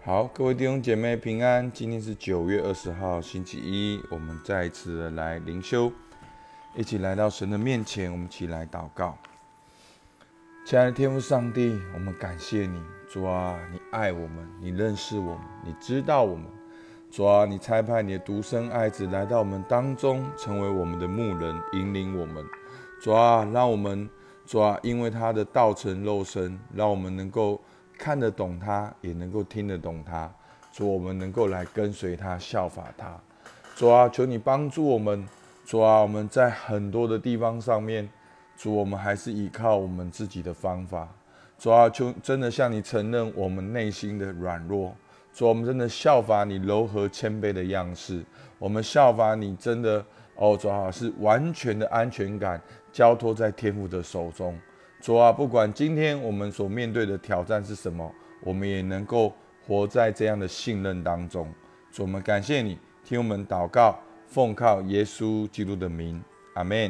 好，各位弟兄姐妹平安。今天是9月20号，星期一，我们再一次的来灵修，一起来到神的面前，我们一起来祷告。亲爱的天父上帝，我们感谢你，主啊，你爱我们，你认识我们，你知道我们。主啊，你差派你的独生爱子来到我们当中，成为我们的牧人，引领我们。主啊，让我们，主啊，因为他的道成肉身，让我们能够看得懂他，也能够听得懂他。主，我们能够来跟随他，效法他。主啊，求你帮助我们。主啊，我们在很多的地方上面，主，我们还是依靠我们自己的方法。主啊，求真的向你承认我们内心的软弱。主，我们真的效法你柔和谦卑的样式。我们效法你真的主啊，是完全的安全感交托在天父的手中。主啊，不管今天我们所面对的挑战是什么，我们也能够活在这样的信任当中。主，我们感谢你，听我们祷告，奉靠耶稣基督的名，阿们。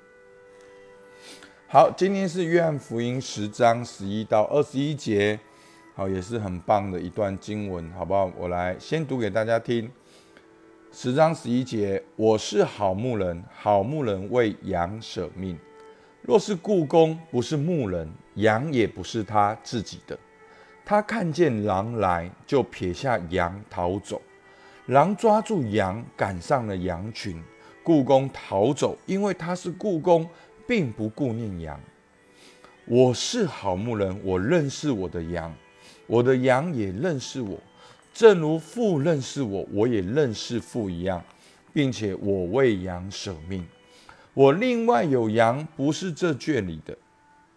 好，今天是约翰福音10章11到21节，好，也是很棒的一段经文，好不好？我来先读给大家听。10章11节，我是好牧人，好牧人为羊舍命。若是雇工不是牧人，羊也不是他自己的。他看见狼来，就撇下羊逃走。狼抓住羊，赶上了羊群。雇工逃走，因为他是雇工，并不顾念羊。我是好牧人，我认识我的羊，我的羊也认识我，正如父认识我，我也认识父一样，并且我为羊舍命。我另外有羊，不是这圈里的，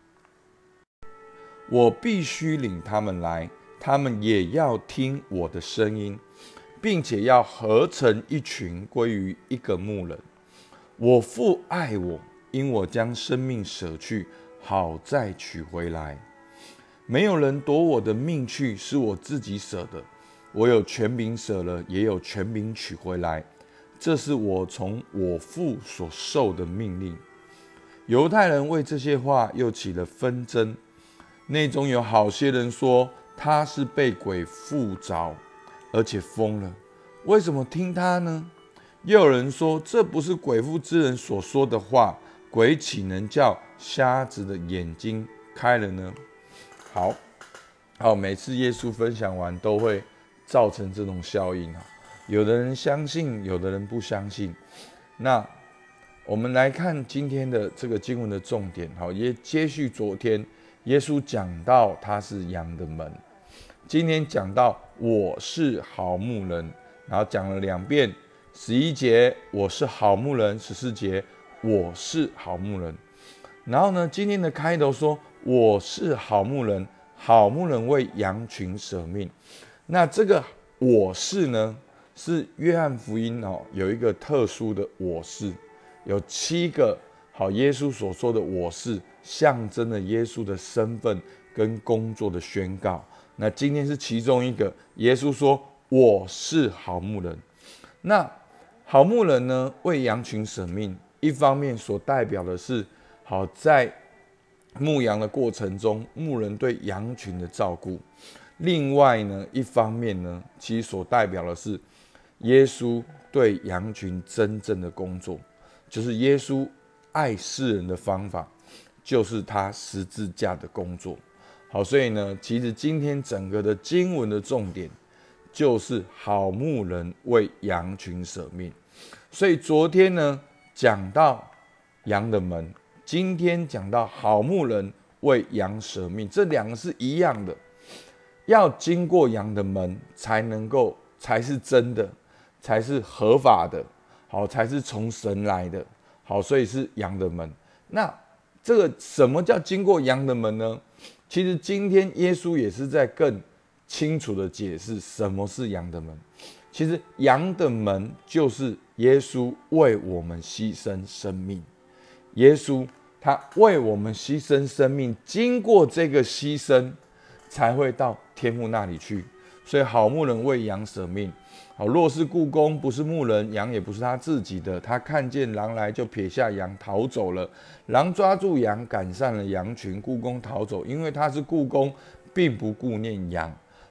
我必须领他们来，他们也要听我的声音，并且要合成一群，归于一个牧人。我父爱我，因我将生命舍去，好再取回来。没有人夺我的命去，是我自己舍的。我有权柄舍了，也有权柄取回来。这是我从我父所受的命令。犹太人为这些话又起了纷争，内中有好些人说他是被鬼附着，而且疯了，为什么听他呢？又有人说这不是鬼附之人所说的话，鬼岂能叫瞎子的眼睛开了呢？好，每次耶稣分享完都会造成这种效应，有的人相信，有的人不相信。那我们来看今天的这个经文的重点，也接续昨天耶稣讲到他是羊的门，今天讲到我是好牧人，然后讲了2遍，11节我是好牧人，14节我是好牧人。然后呢，今天的开头说我是好牧人，好牧人为羊群舍命。那这个我是呢，是约翰福音有一个特殊的我是，有7个耶稣所说的我是，象征了耶稣的身份跟工作的宣告。那今天是其中一个，耶稣说我是好牧人。那好牧人呢，为羊群舍命，一方面所代表的是在牧羊的过程中，牧人对羊群的照顾。另外呢，一方面呢，其实所代表的是耶稣对羊群真正的工作，就是耶稣爱世人的方法，就是他十字架的工作。好，所以呢，其实今天整个的经文的重点就是好牧人为羊群舍命。所以昨天呢讲到羊的门，今天讲到好牧人为羊舍命，这2个是一样的。要经过羊的门才是真的，才是合法的，才是从神来的。所以是羊的门。那这个什么叫经过羊的门呢？其实今天耶稣也是在更清楚的解释什么是羊的门。其实羊的门就是耶稣为我们牺牲生命，耶稣他为我们牺牲生命，经过这个牺牲才会到天父那里去。所以好牧人为羊舍命。若是雇工不是牧人，羊也不是他自己的。他看见狼来，就撇下羊逃走了。狼抓住羊，赶上了羊群。雇工逃走，因为他是雇工，并不顾念羊。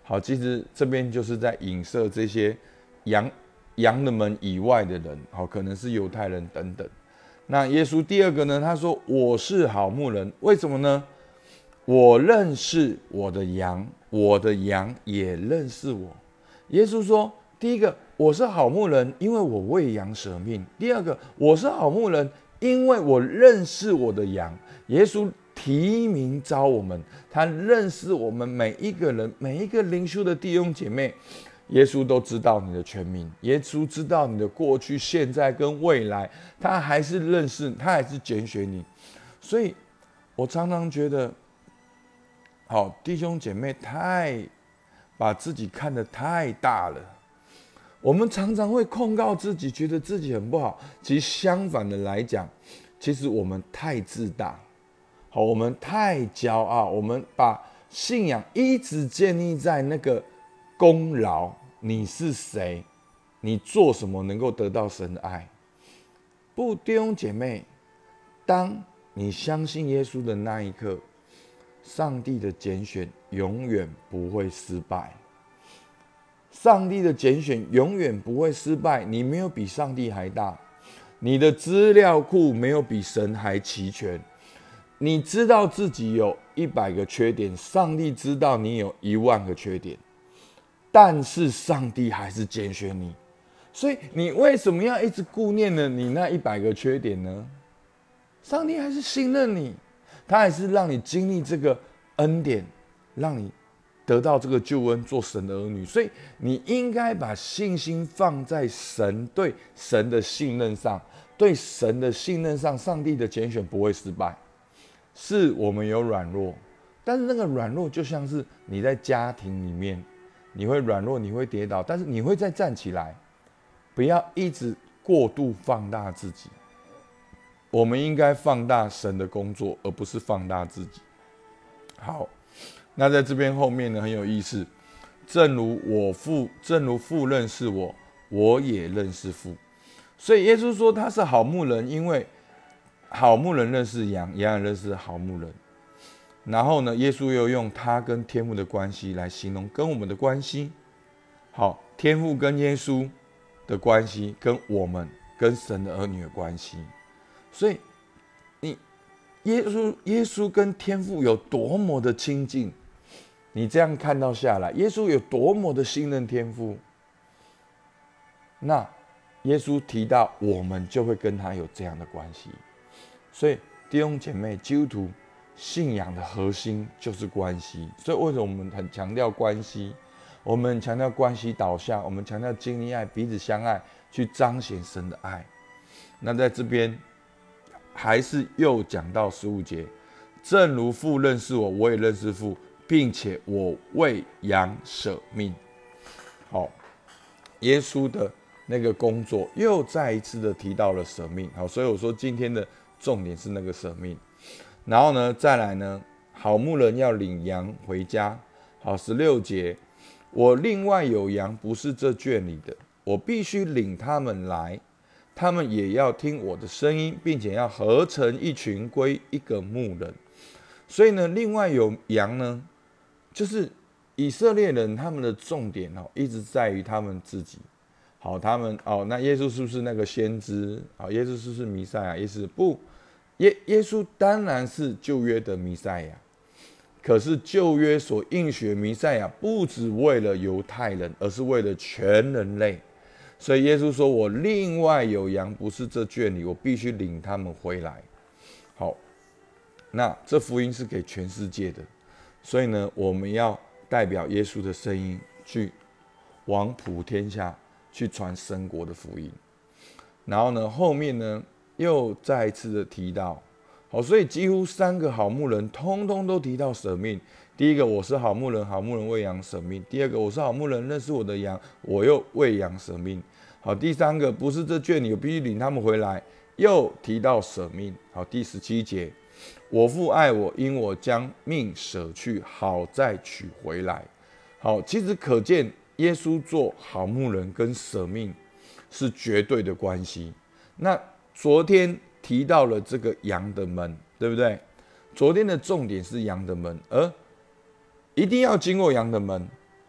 好，其实这边就是在影射这些羊的门以外的人，好，可能是犹太人等等。那耶稣第二个呢，他说我是好牧人，为什么呢？我认识我的羊，我的羊也认识我。耶稣说，第一个我是好牧人，因为我为羊舍命；第二个我是好牧人，因为我认识我的羊。耶稣提名召我们，他认识我们每一个人，每一个灵修的弟兄姐妹。耶稣都知道你的全名，耶稣知道你的过去、现在跟未来，他还是认识，他还是拣选你。所以我常常觉得，好弟兄姐妹把自己看得太大了。我们常常会控告自己，觉得自己很不好。其实相反的来讲，其实我们太自大，好，我们太骄傲，我们把信仰一直建立在那个功劳，你是谁，你做什么能够得到神的爱？不，弟兄姐妹，当你相信耶稣的那一刻，上帝的拣选永远不会失败。上帝的拣选永远不会失败。你没有比上帝还大，你的资料库没有比神还齐全。你知道自己有100个缺点，上帝知道你有10000个缺点。但是上帝还是拣选你，所以你为什么要一直顾念呢？你那100个缺点呢？上帝还是信任你，他还是让你经历这个恩典，让你得到这个救恩，做神的儿女。所以你应该把信心放在神对神的信任上，对神的信任上，上帝的拣选不会失败。是我们有软弱，但是那个软弱就像是你在家庭里面。你会软弱，你会跌倒，但是你会再站起来。不要一直过度放大自己。我们应该放大神的工作，而不是放大自己。好，那在这边后面呢，很有意思。正如父认识我，我也认识父。所以耶稣说他是好牧人，因为好牧人认识羊，羊也认识好牧人。然后呢，耶稣又用他跟天父的关系来形容跟我们的关系。好，天父跟耶稣的关系，跟我们跟神的儿女的关系。所以，耶稣跟天父有多么的亲近，你这样看到下来，耶稣有多么的信任天父。那耶稣提到我们，就会跟他有这样的关系。所以弟兄姐妹，基督徒信仰的核心就是关系，所以为什么我们很强调关系？我们很强调关系导向，我们强调经历爱，彼此相爱，去彰显神的爱。那在这边还是又讲到15节，正如父认识我，我也认识父，并且我为羊舍命。好，耶稣的那个工作又再一次的提到了舍命。好，所以我说今天的重点是那个舍命。然后呢，再来呢，好牧人要领羊回家。好，16节，我另外有羊，不是这圈里的，我必须领他们来，他们也要听我的声音，并且要合成一群，归一个牧人。所以呢，另外有羊呢，就是以色列人他们的重点一直在于他们自己。好，他们那耶稣是不是那个先知？好，耶稣是不是弥赛亚？耶稣不。耶稣当然是旧约的弥赛亚，可是旧约所应许的弥赛亚不只为了犹太人，而是为了全人类。所以耶稣说，我另外有羊，不是这圈里，我必须领他们回来。好，那这福音是给全世界的，所以呢，我们要代表耶稣的声音，去往普天下去传神国的福音。然后呢，后面呢又再一次的提到，好，所以几乎3个好牧人通通都提到舍命。第一个，我是好牧人，好牧人为羊舍命；第二个，我是好牧人，认识我的羊，我又为羊舍命。好，第3个，不是这圈里，我必须领他们回来，又提到舍命。好，第17节，我父爱我，因我将命舍去，好再取回来。好，其实可见耶稣做好牧人跟舍命是绝对的关系。那昨天提到了这个羊的门，对不对？昨天的重点是羊的门，而一定要经过羊的门。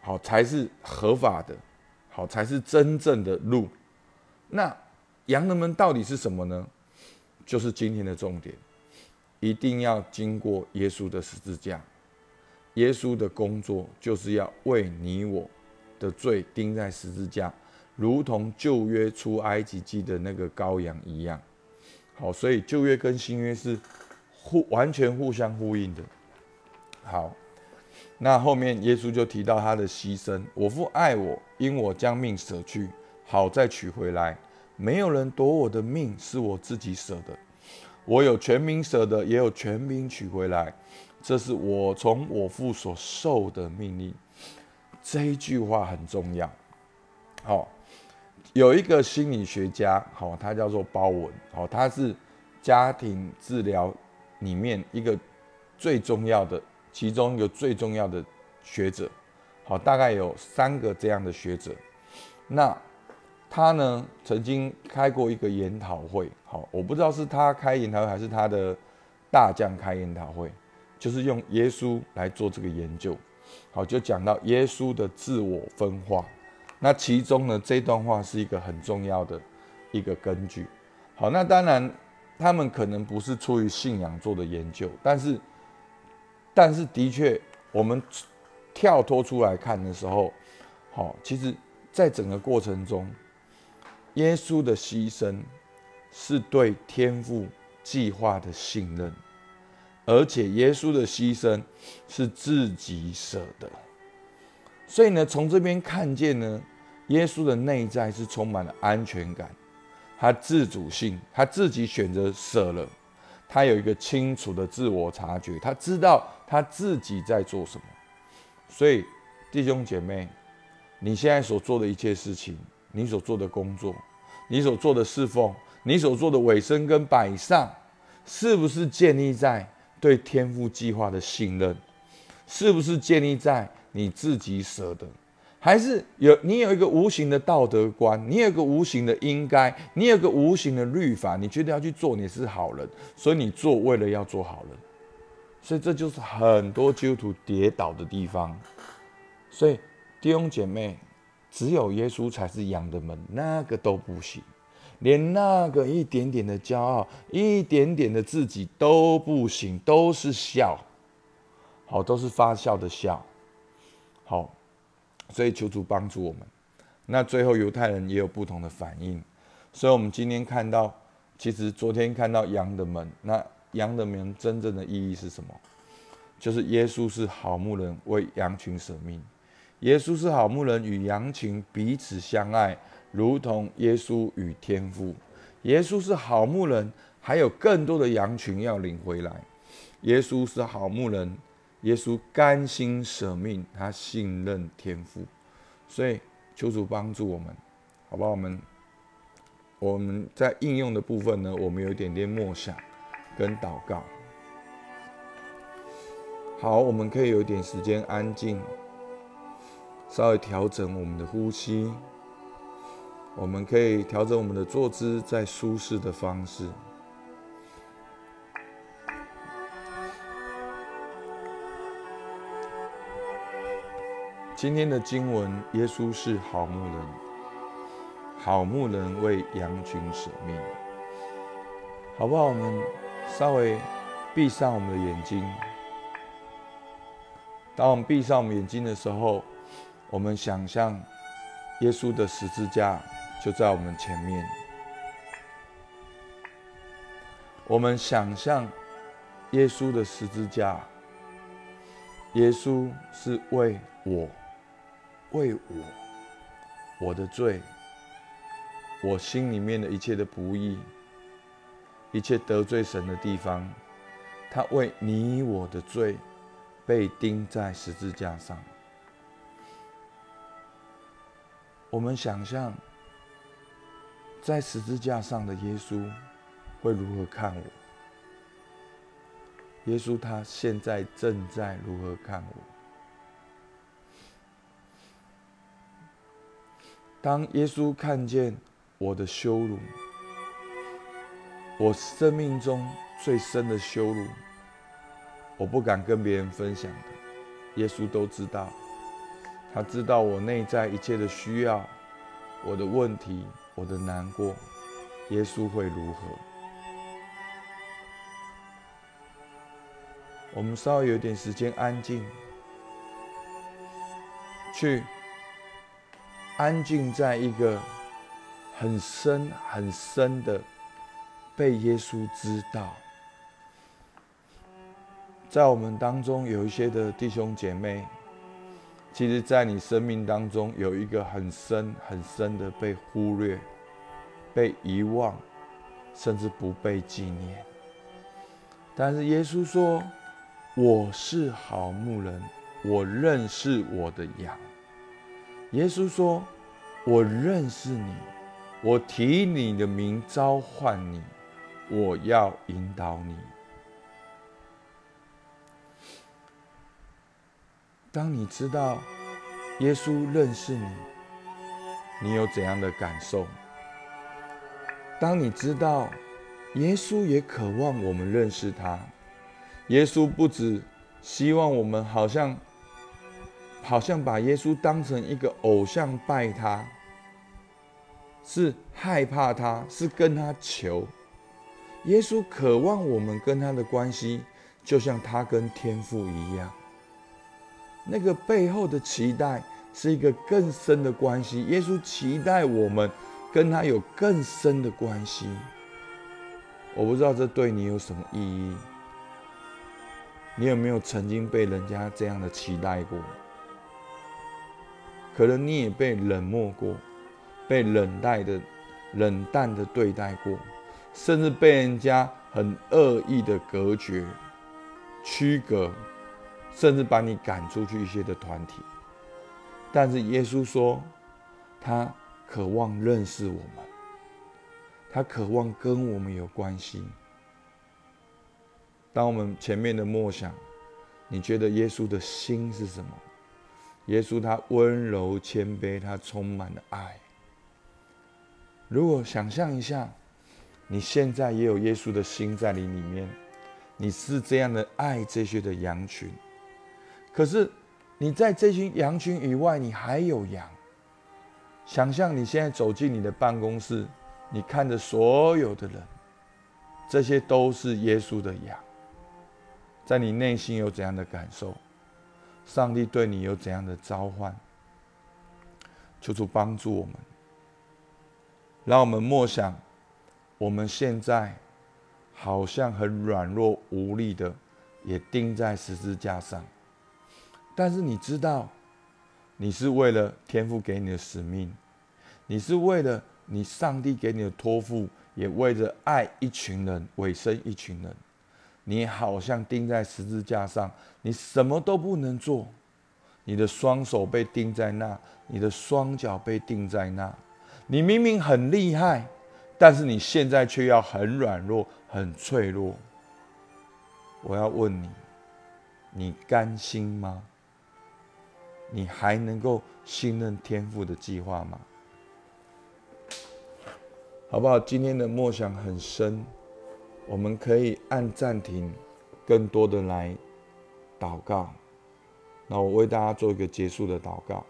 好才是合法的，好才是真正的路。那羊的门到底是什么呢？就是今天的重点，一定要经过耶稣的十字架。耶稣的工作就是要为你我的罪钉在十字架，如同旧约出埃及记的那个羔羊一样。好，所以旧约跟新约是完全互相呼应的。好，那后面耶稣就提到他的牺牲，我父爱我，因我将命舍去，好再取回来。没有人夺我的命，是我自己舍的。我有权柄舍的，也有权柄取回来。这是我从我父所受的命令。这一句话很重要。好，有一个心理学家，好，他叫做包文，好，他是家庭治疗里面一个最重要的，其中一个最重要的学者，好，大概有3个这样的学者。那他呢，曾经开过一个研讨会，好，我不知道是他开研讨会还是他的大将开研讨会，就是用耶稣来做这个研究，好，就讲到耶稣的自我分化。那其中呢，这段话是一个很重要的一个根据。好，那当然他们可能不是出于信仰做的研究，但是的确，我们跳脱出来看的时候，好，其实在整个过程中，耶稣的牺牲是对天父计划的信任，而且耶稣的牺牲是自己舍的。所以呢，从这边看见呢，耶稣的内在是充满了安全感，他自主性，他自己选择舍了，他有一个清楚的自我察觉，他知道他自己在做什么。所以弟兄姐妹，你现在所做的一切事情，你所做的工作，你所做的侍奉，你所做的委身跟摆上，是不是建立在对天父计划的信任？是不是建立在你自己舍的？还是你有一个无形的道德观，你有一个无形的应该，你有一个无形的律法，你觉得要去做，你是好人，所以你做为了要做好人。所以这就是很多基督徒跌倒的地方。所以弟兄姐妹，只有耶稣才是羊的门，那个都不行，连那个一点点的骄傲，一点点的自己都不行，都是笑，好，都是发笑的笑。好，所以求主帮助我们。那最后犹太人也有不同的反应，所以我们今天看到，其实昨天看到羊的门，那羊的门真正的意义是什么？就是耶稣是好牧人，为羊群舍命。耶稣是好牧人，与羊群彼此相爱，如同耶稣与天父。耶稣是好牧人，还有更多的羊群要领回来。耶稣是好牧人，耶稣甘心舍命，他信任天父。所以求主帮助我们，好不好？我们在应用的部分呢，我们有一点点默想跟祷告。好，我们可以有一点时间安静，稍微调整我们的呼吸。我们可以调整我们的坐姿，在舒适的方式。今天的经文，耶稣是好牧人，好牧人为羊群舍命，好不好？我们稍微闭上我们的眼睛。当我们闭上我们眼睛的时候，我们想象耶稣的十字架就在我们前面。我们想象耶稣的十字架，耶稣是为我的罪，我心里面的一切的不义，一切得罪神的地方，他为你我的罪被钉在十字架上。我们想象在十字架上的耶稣会如何看我？耶稣他现在正在如何看我？当耶稣看见我的羞辱，我生命中最深的羞辱，我不敢跟别人分享的，耶稣都知道。 他知道我内在一切的需要，我的问题，我的难过，耶稣会如何？我们稍微有点时间安静，去安静在一个很深很深的被耶稣知道。在我们当中有一些的弟兄姐妹，其实在你生命当中有一个很深很深的被忽略、被遗忘，甚至不被纪念。但是耶稣说，我是好牧人，我认识我的羊。耶稣说，我认识你，我提你的名召唤你，我要引导你。当你知道耶稣认识你，你有怎样的感受？当你知道耶稣也渴望我们认识他，耶稣不只希望我们好像把耶稣当成一个偶像拜他，是害怕他，是跟他求。耶稣渴望我们跟他的关系，就像他跟天父一样。那个背后的期待是一个更深的关系。耶稣期待我们跟他有更深的关系。我不知道这对你有什么意义？你有没有曾经被人家这样的期待过？可能你也被冷漠过，被冷淡的对待过，甚至被人家很恶意的隔绝、区隔，甚至把你赶出去一些的团体。但是耶稣说，他渴望认识我们，他渴望跟我们有关系。当我们前面的默想，你觉得耶稣的心是什么？耶稣他温柔谦卑，他充满了爱。如果想象一下，你现在也有耶稣的心在你里面，你是这样的爱这些的羊群。可是你在这群羊群以外，你还有羊。想象你现在走进你的办公室，你看着所有的人，这些都是耶稣的羊。在你内心有怎样的感受？上帝对你有怎样的召唤？求主帮助我们，让我们默想，我们现在好像很软弱无力的，也钉在十字架上。但是你知道，你是为了天父给你的使命，你是为了你上帝给你的托付，也为着爱一群人，委身一群人。你好像钉在十字架上，你什么都不能做，你的双手被钉在那，你的双脚被钉在那。你明明很厉害，但是你现在却要很软弱、很脆弱。我要问你，你甘心吗？你还能够信任天父的计划吗？好不好？今天的默想很深，我们可以按暂停，更多的来祷告。那我为大家做一个结束的祷告。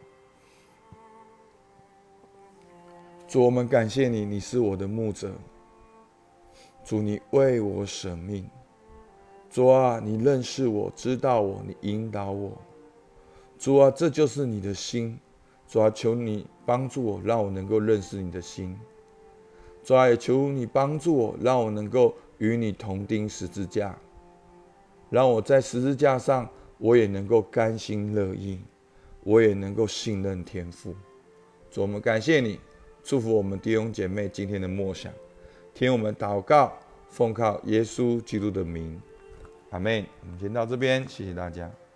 主，我们感谢你，你是我的牧者。主，你为我舍命。主啊，你认识我，知道我，你引导我。主啊，这就是你的心。主啊，求你帮助我，让我能够认识你的心。主啊，也求你帮助我，让我能够与你同钉十字架，让我在十字架上，我也能够甘心乐意，我也能够信任天父。主，我们感谢你，祝福我们弟兄姐妹今天的默想，听我们祷告，奉靠耶稣基督的名，阿们。我们先到这边，谢谢大家。